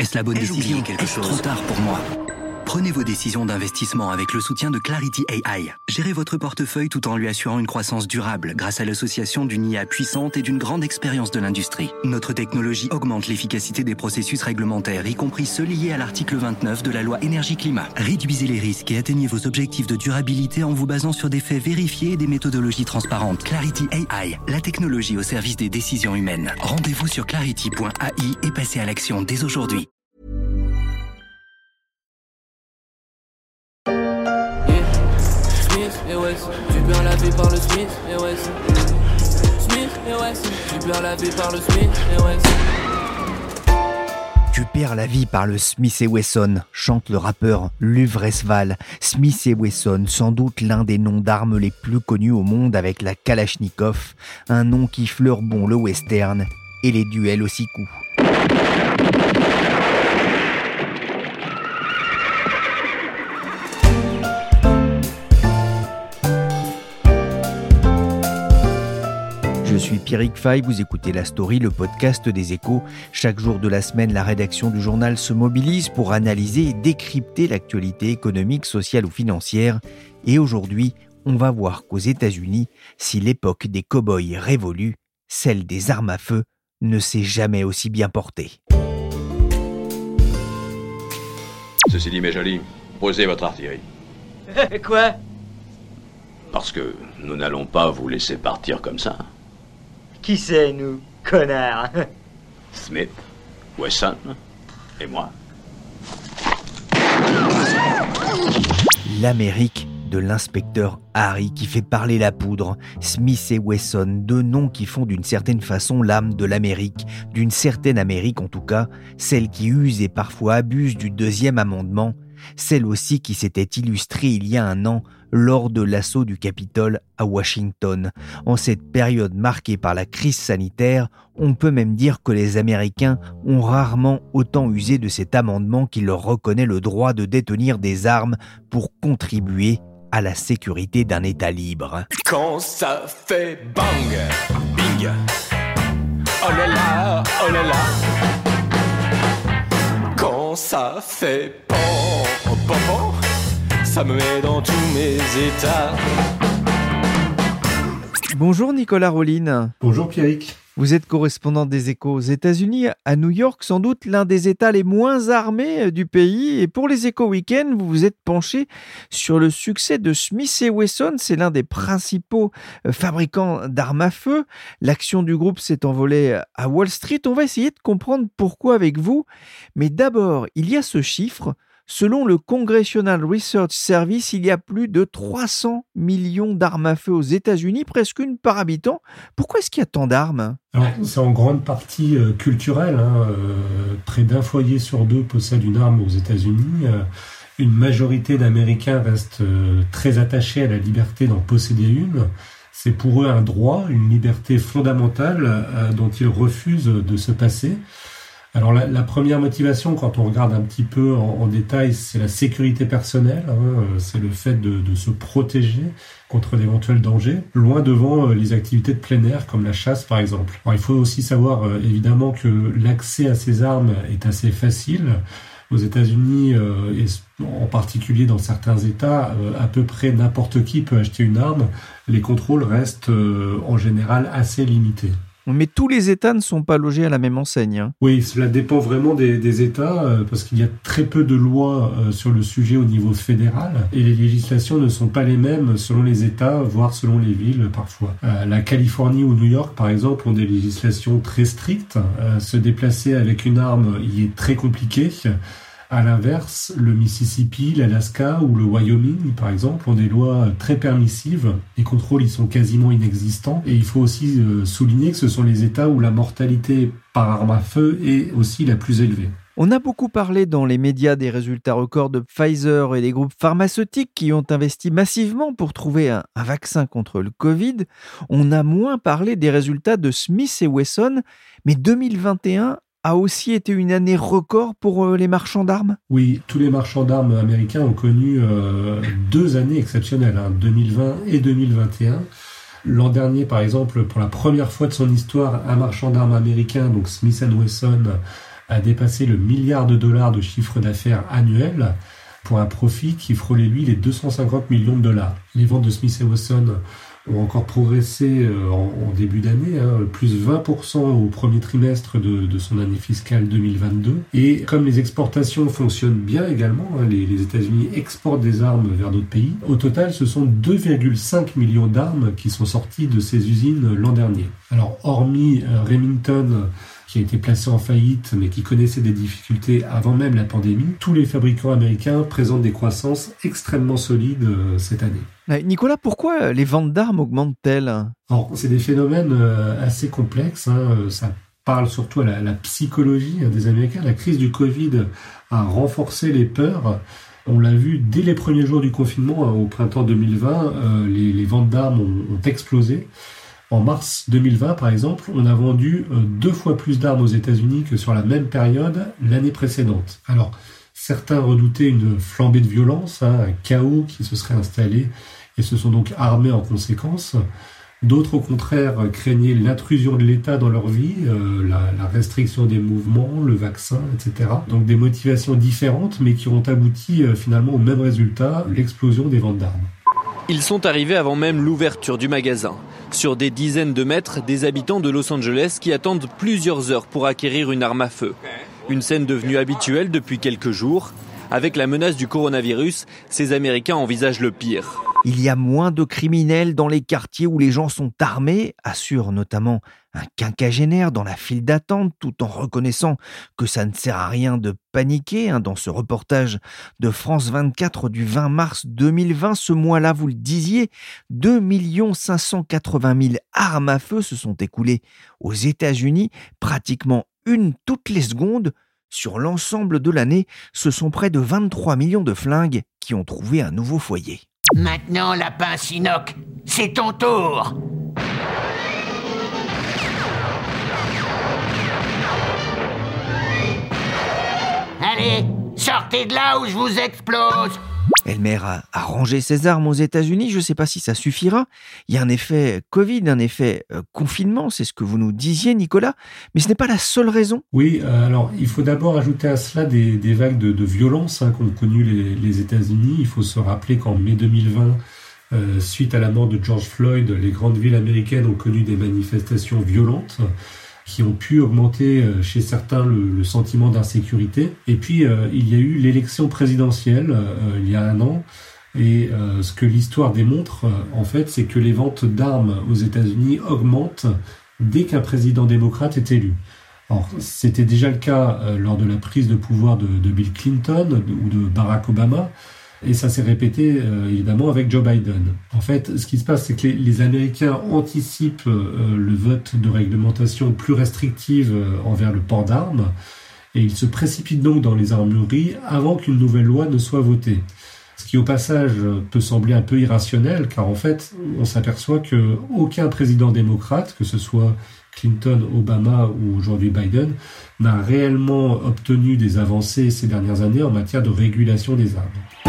Est-ce la bonne décision? Est-ce trop tard pour moi? Prenez vos décisions d'investissement avec le soutien de Clarity AI. Gérez votre portefeuille tout en lui assurant une croissance durable grâce à l'association d'une IA puissante et d'une grande expérience de l'industrie. Notre technologie augmente l'efficacité des processus réglementaires, y compris ceux liés à l'article 29 de la loi Énergie-Climat. Réduisez les risques et atteignez vos objectifs de durabilité en vous basant sur des faits vérifiés et des méthodologies transparentes. Clarity AI, la technologie au service des décisions humaines. Rendez-vous sur clarity.ai et passez à l'action dès aujourd'hui. Et ouais, tu perds la vie par le Smith, et ouais, Smith, et ouais, tu perds la vie par le Smith, et ouais. Tu perds la vie par le Smith & Wesson, chante le rappeur Luvresval. Smith & Wesson, sans doute l'un des noms d'armes les plus connus au monde avec la Kalachnikov, un nom qui fleure bon le western et les duels au 6 coups. Je suis Pierrick Fay, vous écoutez La Story, le podcast des Échos. Chaque jour de la semaine, la rédaction du journal se mobilise pour analyser et décrypter l'actualité économique, sociale ou financière. Et aujourd'hui, on va voir qu'aux États-Unis, si l'époque des cow-boys révolue, celle des armes à feu ne s'est jamais aussi bien portée. Ceci dit, mes jolis, posez votre artillerie. Quoi? Parce que nous n'allons pas vous laisser partir comme ça. Qui c'est, nous, connards? Smith, Wesson et moi. L'Amérique de l'inspecteur Harry qui fait parler la poudre. Smith et Wesson, deux noms qui font d'une certaine façon l'âme de l'Amérique, d'une certaine Amérique en tout cas, celle qui use et parfois abuse du deuxième amendement, celle aussi qui s'était illustrée il y a un an lors de l'assaut du Capitole à Washington. En cette période marquée par la crise sanitaire, on peut même dire que les Américains ont rarement autant usé de cet amendement qui leur reconnaît le droit de détenir des armes pour contribuer à la sécurité d'un État libre. Quand ça fait bang, bing, oh là là, oh là là. Quand ça fait pan, pan, pan, ça me met dans tous mes états. Bonjour Nicolas Rollin. Bonjour Pierrick. Vous êtes correspondant des Échos aux États-Unis, à New York, sans doute l'un des États les moins armés du pays. Et pour les Échos Week-end, vous vous êtes penché sur le succès de Smith & Wesson. C'est l'un des principaux fabricants d'armes à feu. L'action du groupe s'est envolée à Wall Street. On va essayer de comprendre pourquoi avec vous. Mais d'abord, il y a ce chiffre. Selon le Congressional Research Service, il y a plus de 300 millions d'armes à feu aux États-Unis, presque une par habitant. Pourquoi est-ce qu'il y a tant d'armes ? Alors, c'est en grande partie culturel. Près d'un foyer sur deux possède une arme aux États-Unis. Une majorité d'Américains restent très attachés à la liberté d'en posséder une. C'est pour eux un droit, une liberté fondamentale dont ils refusent de se passer. Alors la première motivation, quand on regarde un petit peu en détail, c'est la sécurité personnelle, c'est le fait de se protéger contre d'éventuels dangers, loin devant les activités de plein air comme la chasse par exemple. Alors, il faut aussi savoir évidemment que l'accès à ces armes est assez facile. Aux États-Unis, et en particulier dans certains États, à peu près n'importe qui peut acheter une arme. Les contrôles restent en général assez limités. Mais tous les États ne sont pas logés à la même enseigne. Oui, cela dépend vraiment des États, parce qu'il y a très peu de lois sur le sujet au niveau fédéral, et les législations ne sont pas les mêmes selon les États, voire selon les villes parfois. La Californie ou New York, par exemple, ont des législations très strictes. Se déplacer avec une arme y est très compliqué. À l'inverse, le Mississippi, l'Alaska ou le Wyoming, par exemple, ont des lois très permissives. Les contrôles y sont quasiment inexistants. Et il faut aussi souligner que ce sont les États où la mortalité par arme à feu est aussi la plus élevée. On a beaucoup parlé dans les médias des résultats records de Pfizer et des groupes pharmaceutiques qui ont investi massivement pour trouver un vaccin contre le Covid. On a moins parlé des résultats de Smith & Wesson, mais 2021 a aussi été une année record pour les marchands d'armes ? Oui, tous les marchands d'armes américains ont connu 2 années exceptionnelles, 2020 et 2021. L'an dernier, par exemple, pour la première fois de son histoire, un marchand d'armes américain, donc Smith & Wesson, a dépassé le $1 milliard de chiffre d'affaires annuel pour un profit qui frôlait lui les $250 millions. Les ventes de Smith & Wesson ont encore progressé en début d'année, plus 20% au premier trimestre de son année fiscale 2022. Et comme les exportations fonctionnent bien également, les États-Unis exportent des armes vers d'autres pays. Au total, ce sont 2,5 millions d'armes qui sont sorties de ces usines l'an dernier. Alors, hormis Remington, qui a été placé en faillite, mais qui connaissait des difficultés avant même la pandémie, tous les fabricants américains présentent des croissances extrêmement solides cette année. Nicolas, pourquoi les ventes d'armes augmentent-elles ? Alors, c'est des phénomènes assez complexes. Ça parle surtout à la psychologie des Américains. La crise du Covid a renforcé les peurs. On l'a vu dès les premiers jours du confinement, au printemps 2020, les ventes d'armes ont explosé. En mars 2020, par exemple, on a vendu 2 fois plus d'armes aux États-Unis que sur la même période l'année précédente. Alors, certains redoutaient une flambée de violence, un chaos qui se serait installé et se sont donc armés en conséquence. D'autres, au contraire, craignaient l'intrusion de l'État dans leur vie, la restriction des mouvements, le vaccin, etc. Donc des motivations différentes, mais qui ont abouti finalement au même résultat, l'explosion des ventes d'armes. Ils sont arrivés avant même l'ouverture du magasin. Sur des dizaines de mètres, des habitants de Los Angeles qui attendent plusieurs heures pour acquérir une arme à feu. Une scène devenue habituelle depuis quelques jours. Avec la menace du coronavirus, ces Américains envisagent le pire. Il y a moins de criminels dans les quartiers où les gens sont armés, assure notamment un quinquagénaire dans la file d'attente, tout en reconnaissant que ça ne sert à rien de paniquer. Dans ce reportage de France 24 du 20 mars 2020, ce mois-là, vous le disiez, 2 580 000 armes à feu se sont écoulées aux États-Unis, pratiquement une toutes les secondes. Sur l'ensemble de l'année, ce sont près de 23 millions de flingues qui ont trouvé un nouveau foyer. Maintenant, lapin Sinoc, c'est ton tour. Allez, sortez de là ou je vous explose. Elmer a rangé ses armes aux États-Unis. Je ne sais pas si ça suffira. Il y a un effet Covid, un effet confinement, c'est ce que vous nous disiez, Nicolas. Mais ce n'est pas la seule raison. Oui, alors il faut d'abord ajouter à cela des vagues de violence qu'ont connues les États-Unis. Il faut se rappeler qu'en mai 2020, suite à la mort de George Floyd, les grandes villes américaines ont connu des manifestations violentes qui ont pu augmenter chez certains le sentiment d'insécurité. Et puis, il y a eu l'élection présidentielle il y a 1 an. Et ce que l'histoire démontre, en fait, c'est que les ventes d'armes aux États-Unis augmentent dès qu'un président démocrate est élu. Alors, c'était déjà le cas lors de la prise de pouvoir de Bill Clinton ou de Barack Obama. Et ça s'est répété évidemment avec Joe Biden. En fait, ce qui se passe, c'est que les Américains anticipent le vote de réglementation plus restrictive envers le port d'armes et ils se précipitent donc dans les armureries avant qu'une nouvelle loi ne soit votée. Ce qui au passage peut sembler un peu irrationnel car en fait, on s'aperçoit qu'aucun président démocrate, que ce soit Clinton, Obama ou aujourd'hui Biden, n'a réellement obtenu des avancées ces dernières années en matière de régulation des armes.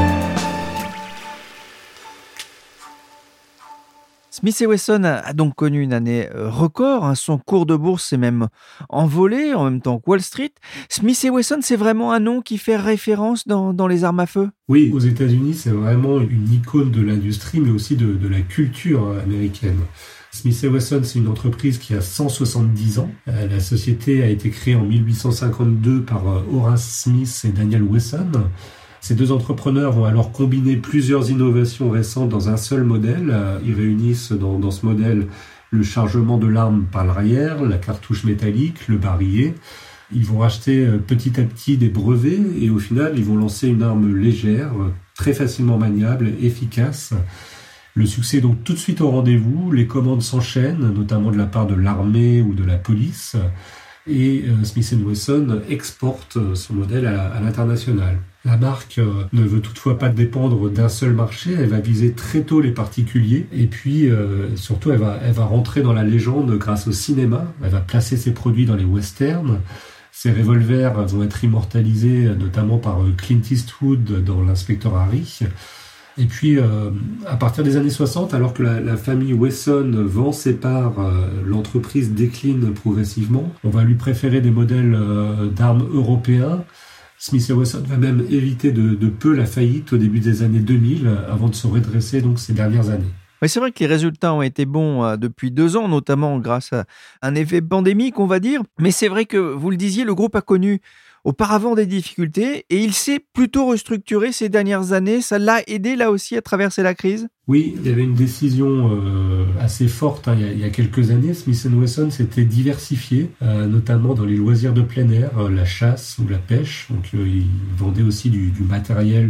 Smith & Wesson a donc connu une année record. Son cours de bourse s'est même envolé en même temps que Wall Street. Smith & Wesson, c'est vraiment un nom qui fait référence dans les armes à feu ? Oui, aux États-Unis, c'est vraiment une icône de l'industrie, mais aussi de la culture américaine. Smith & Wesson, c'est une entreprise qui a 170 ans. La société a été créée en 1852 par Horace Smith et Daniel Wesson. Ces 2 entrepreneurs vont alors combiner plusieurs innovations récentes dans un seul modèle. Ils réunissent dans ce modèle le chargement de l'arme par l'arrière, la cartouche métallique, le barillet. Ils vont racheter petit à petit des brevets et au final, ils vont lancer une arme légère, très facilement maniable, efficace. Le succès est donc tout de suite au rendez-vous. Les commandes s'enchaînent, notamment de la part de l'armée ou de la police. Et Smith & Wesson exporte son modèle à l'international. La marque ne veut toutefois pas dépendre d'un seul marché, elle va viser très tôt les particuliers et puis surtout elle va rentrer dans la légende grâce au cinéma, elle va placer ses produits dans les westerns. Ses revolvers vont être immortalisés notamment par Clint Eastwood dans l'Inspecteur Harry. Et puis, à partir des années 60, alors que la famille Wesson vend ses parts, l'entreprise décline progressivement. On va lui préférer des modèles d'armes européens. Smith & Wesson va même éviter de peu la faillite au début des années 2000, avant de se redresser donc ces dernières années. Oui, c'est vrai que les résultats ont été bons depuis 2 ans, notamment grâce à un effet pandémique, on va dire. Mais c'est vrai que, vous le disiez, le groupe a connu auparavant des difficultés et il s'est plutôt restructuré ces dernières années. Ça l'a aidé là aussi à traverser la crise ? Oui, il y avait une décision assez forte il y a quelques années. Smith & Wesson s'était diversifié, notamment dans les loisirs de plein air, la chasse ou la pêche. Donc ils vendaient aussi du matériel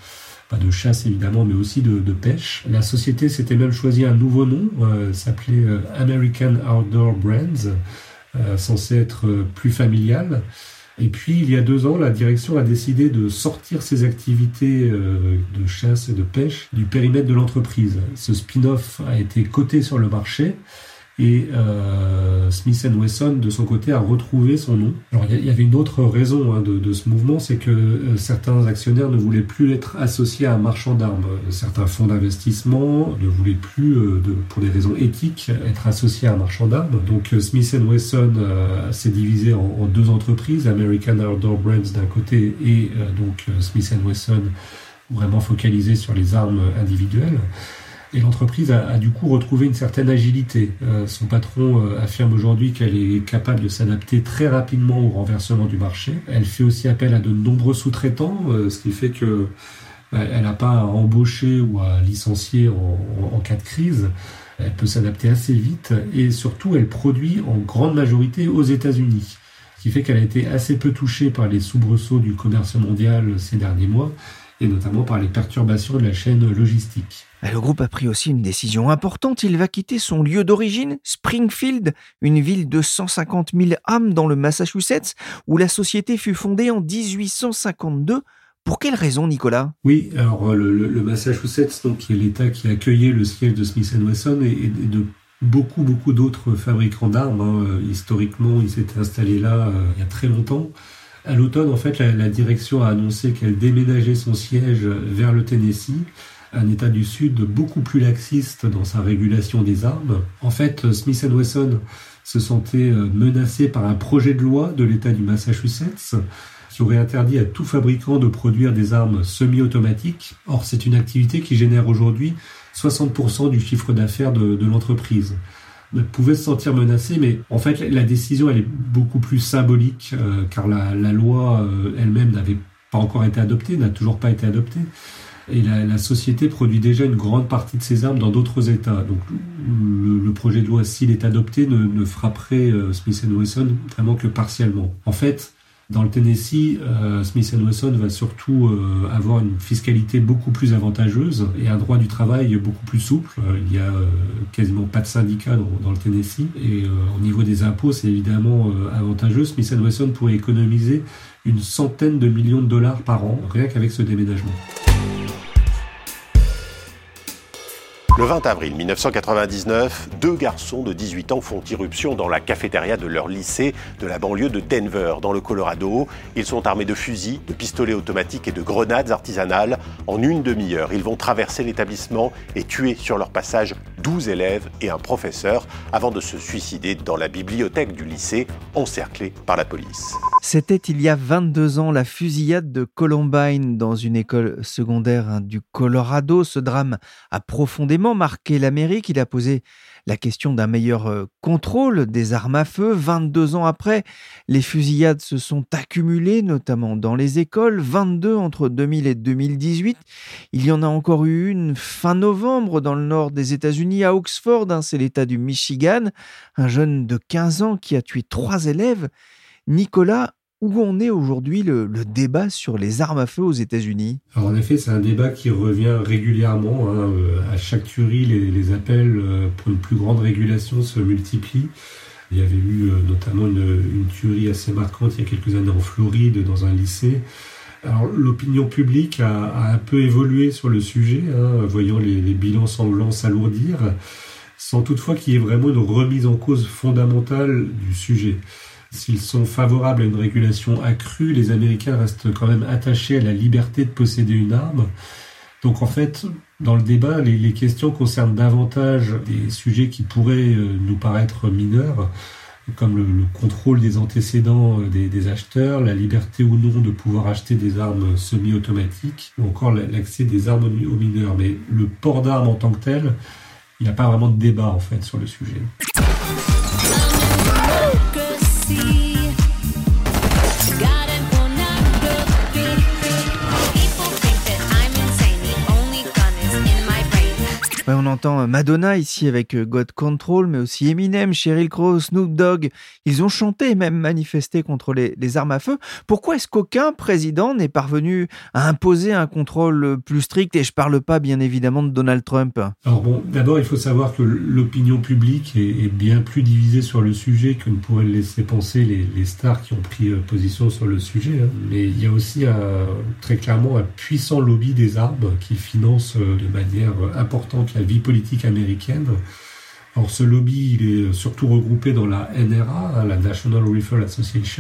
de chasse évidemment, mais aussi de pêche. La société s'était même choisi un nouveau nom, s'appelait American Outdoor Brands, censé être plus familial. Et puis, il y a 2 ans, la direction a décidé de sortir ses activités de chasse et de pêche du périmètre de l'entreprise. Ce spin-off a été coté sur le marché et Smith & Wesson, de son côté, a retrouvé son nom. Alors, il y avait une autre raison de ce mouvement, c'est que certains actionnaires ne voulaient plus être associés à un marchand d'armes. Certains fonds d'investissement ne voulaient plus, pour des raisons éthiques, être associés à un marchand d'armes. Donc, Smith & Wesson s'est divisé en 2 entreprises, American Outdoor Brands d'un côté et donc Smith & Wesson vraiment focalisé sur les armes individuelles. Et l'entreprise a du coup retrouvé une certaine agilité. Son patron affirme aujourd'hui qu'elle est capable de s'adapter très rapidement au renversement du marché. Elle fait aussi appel à de nombreux sous-traitants, ce qui fait que elle n'a pas à embaucher ou à licencier en cas de crise. Elle peut s'adapter assez vite et surtout elle produit en grande majorité aux États-Unis. Ce qui fait qu'elle a été assez peu touchée par les soubresauts du commerce mondial ces derniers mois et notamment par les perturbations de la chaîne logistique. Le groupe a pris aussi une décision importante. Il va quitter son lieu d'origine, Springfield, une ville de 150 000 âmes dans le Massachusetts, où la société fut fondée en 1852. Pour quelle raison, Nicolas ? Oui, alors le Massachusetts, donc, qui est l'État qui accueillait le siège de Smith & Wesson et de beaucoup d'autres fabricants d'armes. Historiquement, ils s'étaient installés là il y a très longtemps. À l'automne, en fait, la direction a annoncé qu'elle déménageait son siège vers le Tennessee, un État du Sud beaucoup plus laxiste dans sa régulation des armes. En fait, Smith & Wesson se sentait menacé par un projet de loi de l'État du Massachusetts qui aurait interdit à tout fabricant de produire des armes semi-automatiques. Or, c'est une activité qui génère aujourd'hui 60% du chiffre d'affaires de l'entreprise. Elle pouvait se sentir menacée, mais en fait, la décision, elle est beaucoup plus symbolique, car la loi elle-même n'avait pas encore été adoptée, n'a toujours pas été adoptée. Et la société produit déjà une grande partie de ses armes dans d'autres États. Donc le projet de loi, s'il est adopté, ne frapperait Smith & Wesson vraiment que partiellement. En fait, dans le Tennessee, Smith & Wesson va surtout avoir une fiscalité beaucoup plus avantageuse et un droit du travail beaucoup plus souple. Il y a quasiment pas de syndicats dans le Tennessee. Et au niveau des impôts, c'est évidemment avantageux. Smith & Wesson pourrait économiser une centaine de millions de dollars par an, rien qu'avec ce déménagement. Le 20 avril 1999, 2 garçons de 18 ans font irruption dans la cafétéria de leur lycée de la banlieue de Denver, dans le Colorado. Ils sont armés de fusils, de pistolets automatiques et de grenades artisanales. En une demi-heure, ils vont traverser l'établissement et tuer sur leur passage 12 élèves et un professeur avant de se suicider dans la bibliothèque du lycée, encerclés par la police. C'était il y a 22 ans, la fusillade de Columbine dans une école secondaire du Colorado. Ce drame a profondément marqué l'Amérique. Il a posé la question d'un meilleur contrôle des armes à feu. 22 ans après, les fusillades se sont accumulées, notamment dans les écoles. 22 entre 2000 et 2018. Il y en a encore eu une fin novembre dans le nord des États-Unis, à Oxford. C'est l'État du Michigan. Un jeune de 15 ans qui a tué 3 élèves. Nicolas, où en est aujourd'hui le débat sur les armes à feu aux États-Unis ? Alors en effet, c'est un débat qui revient régulièrement. À chaque tuerie, les appels pour une plus grande régulation se multiplient. Il y avait eu notamment une tuerie assez marquante il y a quelques années en Floride, dans un lycée. Alors l'opinion publique a un peu évolué sur le sujet, voyant les bilans sanglants s'alourdir, sans toutefois qu'il y ait vraiment une remise en cause fondamentale du sujet. S'ils sont favorables à une régulation accrue, les Américains restent quand même attachés à la liberté de posséder une arme, Donc en fait, dans le débat, les questions concernent davantage des sujets qui pourraient nous paraître mineurs, comme le contrôle des antécédents des acheteurs, la liberté ou non de pouvoir acheter des armes semi-automatiques, ou encore l'accès des armes aux mineurs. Mais le port d'armes en tant que tel, il n'y a pas vraiment de débat en fait sur le sujet. Ouais, on entend Madonna ici avec God Control, mais aussi Eminem, Sheryl Crow, Snoop Dogg. Ils ont chanté et même manifesté contre les armes à feu. Pourquoi est-ce qu'aucun président n'est parvenu à imposer un contrôle plus strict ? Et je parle pas bien évidemment de Donald Trump. Alors bon, d'abord il faut savoir que l'opinion publique est bien plus divisée sur le sujet que ne pourraient le laisser penser les stars qui ont pris position sur le sujet. Mais il y a aussi très clairement un puissant lobby des armes qui finance de manière importante la vie politique américaine. Alors ce lobby, il est surtout regroupé dans la NRA, la National Rifle Association,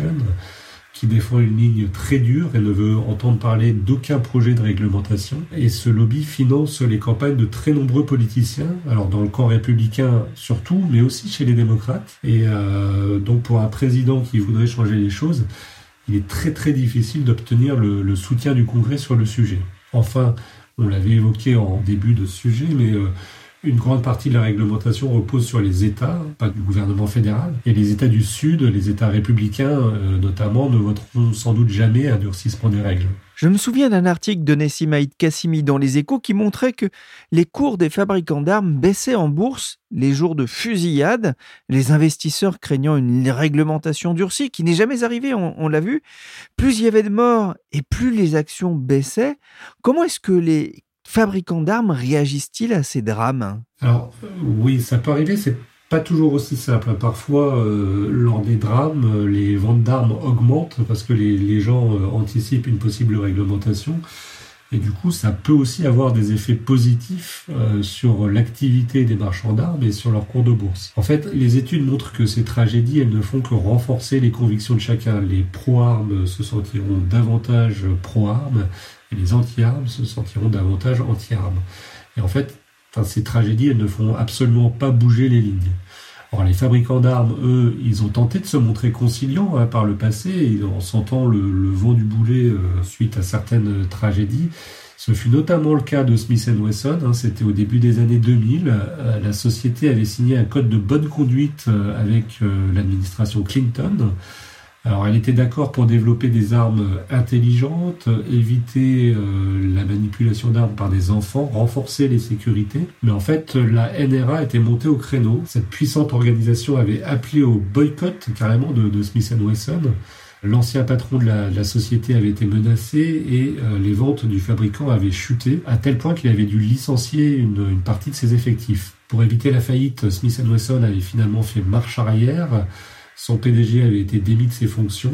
qui défend une ligne très dure et ne veut entendre parler d'aucun projet de réglementation. Et ce lobby finance les campagnes de très nombreux politiciens, alors dans le camp républicain surtout, mais aussi chez les démocrates. Et donc pour un président qui voudrait changer les choses, il est très très difficile d'obtenir le soutien du Congrès sur le sujet. Enfin, on l'avait évoqué en début de ce sujet, mais une grande partie de la réglementation repose sur les États, pas du gouvernement fédéral. Et les États du Sud, les États républicains notamment, ne voteront sans doute jamais un durcissement des règles. Je me souviens d'un article de Nessim Haït Kassimi dans Les Échos qui montrait que les cours des fabricants d'armes baissaient en bourse les jours de fusillade, les investisseurs craignant une réglementation durcie qui n'est jamais arrivée, on l'a vu. Plus il y avait de morts et plus les actions baissaient. Comment est-ce que les fabricants d'armes réagissent-ils à ces drames ? Alors oui, ça peut arriver, c'est pas toujours aussi simple. Parfois, lors des drames, les ventes d'armes augmentent parce que les gens anticipent une possible réglementation. Et du coup, ça peut aussi avoir des effets positifs sur l'activité des marchands d'armes et sur leur cours de bourse. En fait, les études montrent que ces tragédies, elles ne font que renforcer les convictions de chacun. Les pro-armes se sentiront davantage pro-armes et les anti-armes se sentiront davantage anti-armes. Et en fait, ces tragédies, elles ne font absolument pas bouger les lignes. Alors, les fabricants d'armes, eux, ils ont tenté de se montrer conciliants par le passé, en sentant le vent du boulet suite à certaines tragédies. Ce fut notamment le cas de Smith & Wesson, c'était au début des années 2000. La société avait signé un code de bonne conduite avec l'administration Clinton. Alors, elle était d'accord pour développer des armes intelligentes, éviter la manipulation d'armes par des enfants, renforcer les sécurités. Mais en fait, la NRA était montée au créneau. Cette puissante organisation avait appelé au boycott carrément de Smith & Wesson. L'ancien patron de la société avait été menacé et les ventes du fabricant avaient chuté à tel point qu'il avait dû licencier une partie de ses effectifs. Pour éviter la faillite, Smith & Wesson avait finalement fait marche arrière. Son PDG avait été démis de ses fonctions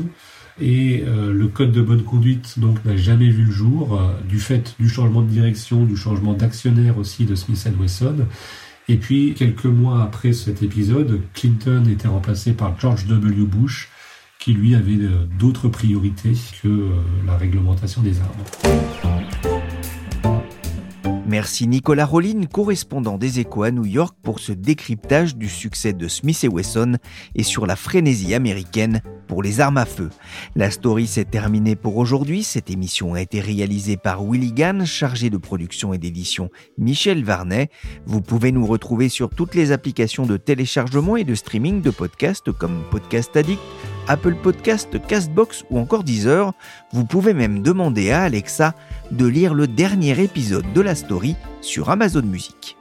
et le code de bonne conduite donc n'a jamais vu le jour du fait du changement de direction, du changement d'actionnaire aussi de Smith & Wesson. Et puis quelques mois après cet épisode, Clinton était remplacé par George W. Bush qui lui avait d'autres priorités que la réglementation des armes. Merci Nicolas Rollin, correspondant des Échos à New York, pour ce décryptage du succès de Smith & Wesson et sur la frénésie américaine pour les armes à feu. La story s'est terminée pour aujourd'hui. Cette émission a été réalisée par Willy Gann, chargé de production et d'édition Michel Varnet. Vous pouvez nous retrouver sur toutes les applications de téléchargement et de streaming de podcasts comme Podcast Addict, Apple Podcast, Castbox ou encore Deezer. Vous pouvez même demander à Alexa de lire le dernier épisode de la story sur Amazon Music.